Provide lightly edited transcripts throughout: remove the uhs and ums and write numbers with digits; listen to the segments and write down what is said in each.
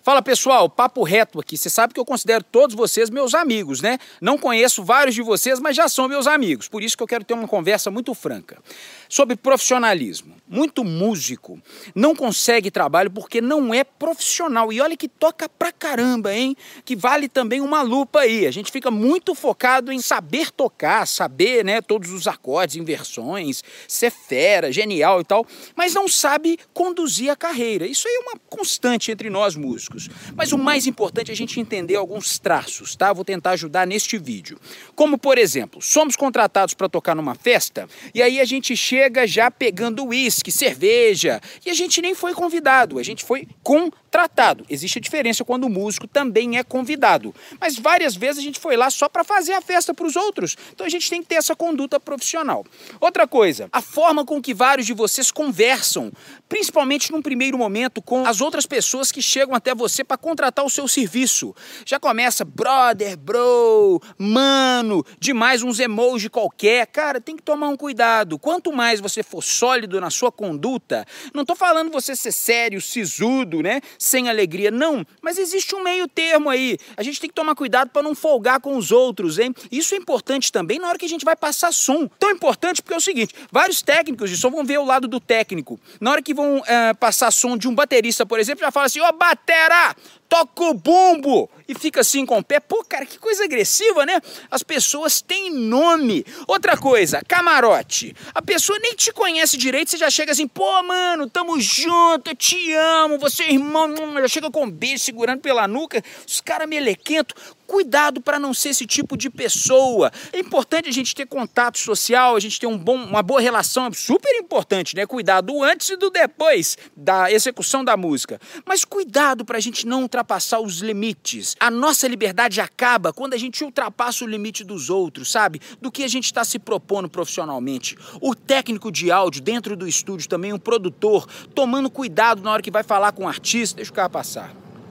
Fala pessoal, papo reto aqui. Você sabe que eu considero todos vocês meus amigos, né? Não conheço vários de vocês, mas já são meus amigos. Por isso que eu quero ter uma conversa muito franca. Sobre profissionalismo. Muito músico não consegue trabalho porque não é profissional. E olha que toca pra caramba, hein? Que vale também uma lupa aí. A gente fica muito focado em saber tocar, saber, né, todos os acordes, inversões, ser fera, genial e tal, mas não sabe conduzir a carreira. Isso aí é uma constante entre nós músicos. Mas o mais importante é a gente entender alguns traços, tá? Vou tentar ajudar neste vídeo. Como, por exemplo, somos contratados para tocar numa festa e aí a gente chega já pegando uísque, cerveja, e a gente nem foi convidado, a gente foi contratado. Existe a diferença quando o músico também é convidado. Mas várias vezes a gente foi lá só para fazer a festa para os outros. Então a gente tem que ter essa conduta profissional. Outra coisa, a forma com que vários de vocês conversam, principalmente num primeiro momento com as outras pessoas que chegam até você para contratar o seu serviço. Já começa brother, bro, mano, demais uns emoji qualquer. Cara, tem que tomar um cuidado. Quanto mais você for sólido na sua conduta, não tô falando você ser sério, sisudo, né, sem alegria, não, mas existe um meio termo aí. A gente tem que tomar cuidado para não folgar com os outros, hein? Isso é importante também na hora que a gente vai passar som. Tão importante porque é o seguinte, vários técnicos de som vão ver o lado do técnico. Na hora que vão passar som de um baterista, por exemplo, já fala assim, ô batera, toca o bumbo! E fica assim com o pé. Pô, cara, que coisa agressiva, né? As pessoas têm nome. Outra coisa, camarote. A pessoa nem te conhece direito, você já chega assim, pô, mano, tamo junto, eu te amo, você é irmão, já chega com um beijo segurando pela nuca, os caras melequento. Cuidado para não ser esse tipo de pessoa. É importante a gente ter contato social, a gente ter uma boa relação, é super importante, né? Cuidar do antes e do depois da execução da música. Mas cuidado para a gente não ultrapassar os limites. A nossa liberdade acaba quando a gente ultrapassa o limite dos outros, sabe? Do que a gente está se propondo profissionalmente. O técnico de áudio dentro do estúdio também, um produtor, tomando cuidado na hora que vai falar com o artista. Deixa o cara passar.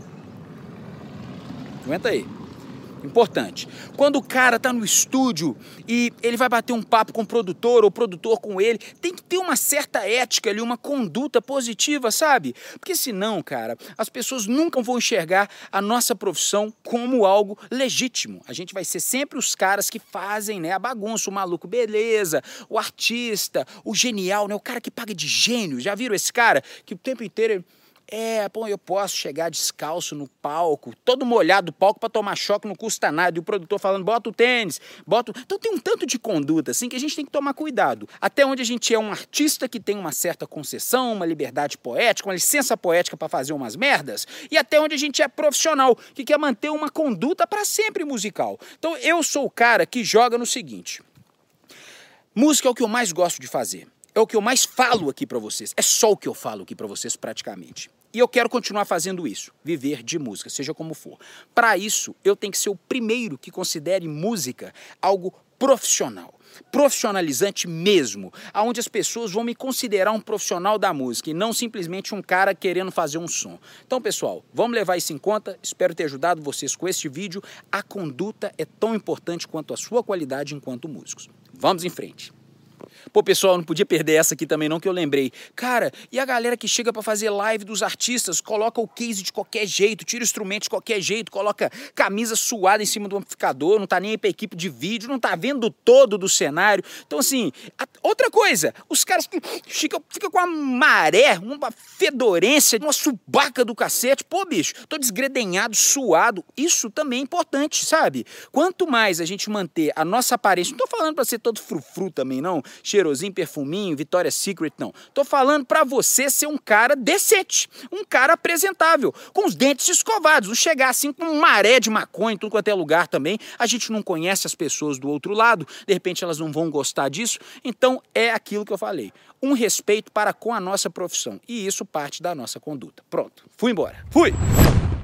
Aguenta aí. Importante. Quando o cara tá no estúdio e ele vai bater um papo com o produtor ou o produtor com ele, tem que ter uma certa ética ali, uma conduta positiva, sabe? Porque senão, cara, as pessoas nunca vão enxergar a nossa profissão como algo legítimo. A gente vai ser sempre os caras que fazem, né, a bagunça, o maluco beleza, o artista, o genial, né, o cara que paga de gênio. Já viram esse cara que o tempo inteiro pô, eu posso chegar descalço no palco, todo molhado do palco para tomar choque, não custa nada. E o produtor falando, bota o tênis, bota o... Então tem um tanto de conduta assim que a gente tem que tomar cuidado. Até onde a gente é um artista que tem uma certa concessão, uma liberdade poética, uma licença poética para fazer umas merdas, e até onde a gente é profissional, que quer manter uma conduta para sempre musical. Então eu sou o cara que joga no seguinte, música é o que eu mais gosto de fazer. É o que eu mais falo aqui pra vocês. É só o que eu falo aqui pra vocês praticamente. E eu quero continuar fazendo isso. Viver de música, seja como for. Para isso, eu tenho que ser o primeiro que considere música algo profissional. Profissionalizante mesmo. Onde as pessoas vão me considerar um profissional da música e não simplesmente um cara querendo fazer um som. Então, pessoal, vamos levar isso em conta. Espero ter ajudado vocês com este vídeo. A conduta é tão importante quanto a sua qualidade enquanto músicos. Vamos em frente. Pô, pessoal, não podia perder essa aqui também não, que eu lembrei. Cara, e a galera que chega pra fazer live dos artistas, coloca o case de qualquer jeito, tira o instrumento de qualquer jeito, coloca camisa suada em cima do amplificador, não tá nem aí pra equipe de vídeo, não tá vendo todo do cenário. Então, assim, outra coisa, os caras ficam com uma maré, uma fedorência, uma subaca do cacete. Pô, bicho, tô desgredenhado, suado. Isso também é importante, sabe? Quanto mais a gente manter a nossa aparência, não tô falando pra ser todo frufru também, não, cheirosinho, perfuminho, Victoria's Secret, não. Tô falando pra você ser um cara decente, um cara apresentável, com os dentes escovados, não chegar assim com uma maré de maconha em tudo quanto é lugar também. A gente não conhece as pessoas do outro lado, de repente elas não vão gostar disso, então é aquilo que eu falei. Um respeito para com a nossa profissão, e isso parte da nossa conduta. Pronto, fui embora. Fui!